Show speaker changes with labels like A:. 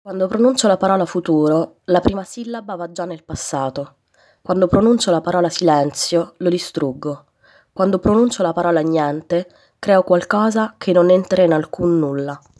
A: Quando pronuncio la parola futuro, la prima sillaba va già nel passato. Quando pronuncio la parola silenzio, lo distruggo. Quando pronuncio la parola niente, creo qualcosa che non entra in alcun nulla.